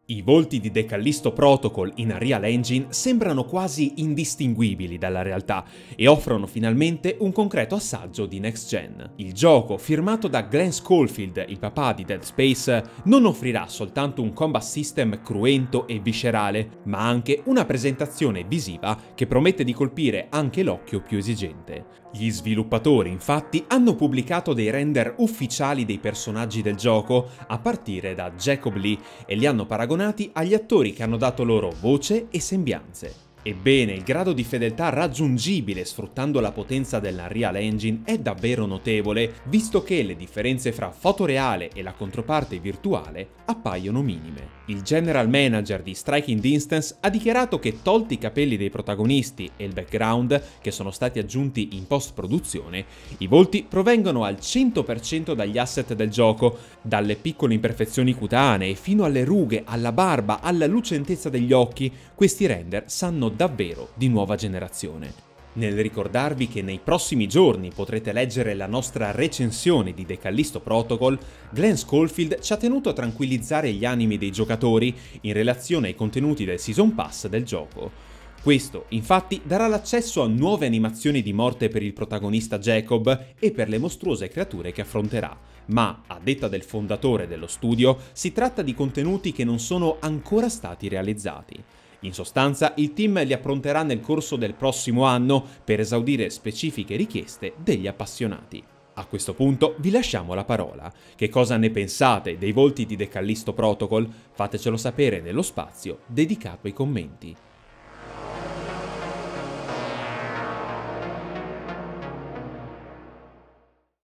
I volti di The Callisto Protocol in Unreal Engine sembrano quasi indistinguibili dalla realtà e offrono finalmente un concreto assaggio di next gen. Il gioco, firmato da Glenn Schofield, il papà di Dead Space, non offrirà soltanto un combat system cruento e viscerale, ma anche una presentazione visiva che promette di colpire anche l'occhio più esigente. Gli sviluppatori, infatti, hanno pubblicato dei render ufficiali dei personaggi del gioco a partire da Jacob Lee e li hanno paragonati agli attori che hanno dato loro voce e sembianze. Ebbene, il grado di fedeltà raggiungibile sfruttando la potenza dell'Unreal Engine è davvero notevole, visto che le differenze fra fotoreale e la controparte virtuale appaiono minime. Il general manager di Striking Distance ha dichiarato che, tolti i capelli dei protagonisti e il background che sono stati aggiunti in post-produzione, i volti provengono al 100% dagli asset del gioco, dalle piccole imperfezioni cutanee fino alle rughe, alla barba, alla lucentezza degli occhi. Questi render sanno davvero di nuova generazione. Nel ricordarvi che nei prossimi giorni potrete leggere la nostra recensione di The Callisto Protocol, Glenn Schofield ci ha tenuto a tranquillizzare gli animi dei giocatori in relazione ai contenuti del Season Pass del gioco. Questo, infatti, darà l'accesso a nuove animazioni di morte per il protagonista Jacob e per le mostruose creature che affronterà. Ma, a detta del fondatore dello studio, si tratta di contenuti che non sono ancora stati realizzati. In sostanza, il team li appronterà nel corso del prossimo anno per esaudire specifiche richieste degli appassionati. A questo punto vi lasciamo la parola. Che cosa ne pensate dei volti di The Callisto Protocol? Fatecelo sapere nello spazio dedicato ai commenti.